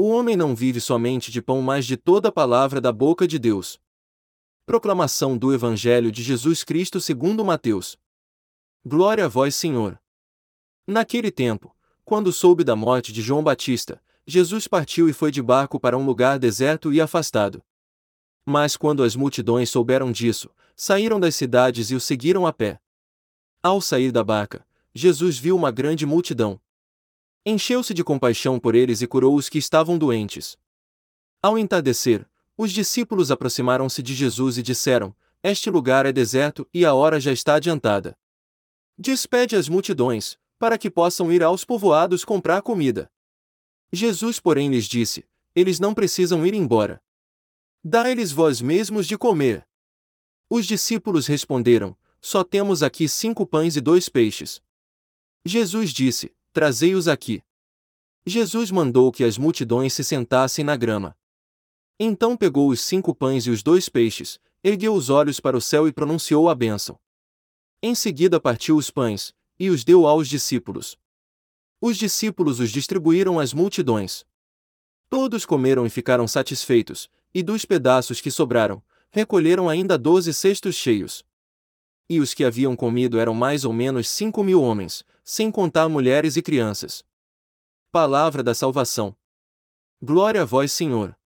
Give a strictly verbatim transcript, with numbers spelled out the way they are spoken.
O homem não vive somente de pão, mas de toda a palavra da boca de Deus. Proclamação do Evangelho de Jesus Cristo segundo Mateus. Glória a vós, Senhor. Naquele tempo, quando soube da morte de João Batista, Jesus partiu e foi de barco para um lugar deserto e afastado. Mas quando as multidões souberam disso, saíram das cidades e o seguiram a pé. Ao sair da barca, Jesus viu uma grande multidão. Encheu-se de compaixão por eles e curou os que estavam doentes. Ao entardecer, os discípulos aproximaram-se de Jesus e disseram: Este lugar é deserto e a hora já está adiantada. Despede as multidões, para que possam ir aos povoados comprar comida. Jesus, porém, lhes disse: Eles não precisam ir embora. Dai-lhes vós mesmos de comer. Os discípulos responderam: Só temos aqui cinco pães e dois peixes. Jesus disse: Trazei-os aqui. Jesus mandou que as multidões se sentassem na grama. Então pegou os cinco pães e os dois peixes, ergueu os olhos para o céu e pronunciou a bênção. Em seguida partiu os pães, e os deu aos discípulos. Os discípulos os distribuíram às multidões. Todos comeram e ficaram satisfeitos, e dos pedaços que sobraram, recolheram ainda doze cestos cheios. E os que haviam comido eram mais ou menos cinco mil homens, sem contar mulheres e crianças. Palavra da salvação. Glória a vós, Senhor.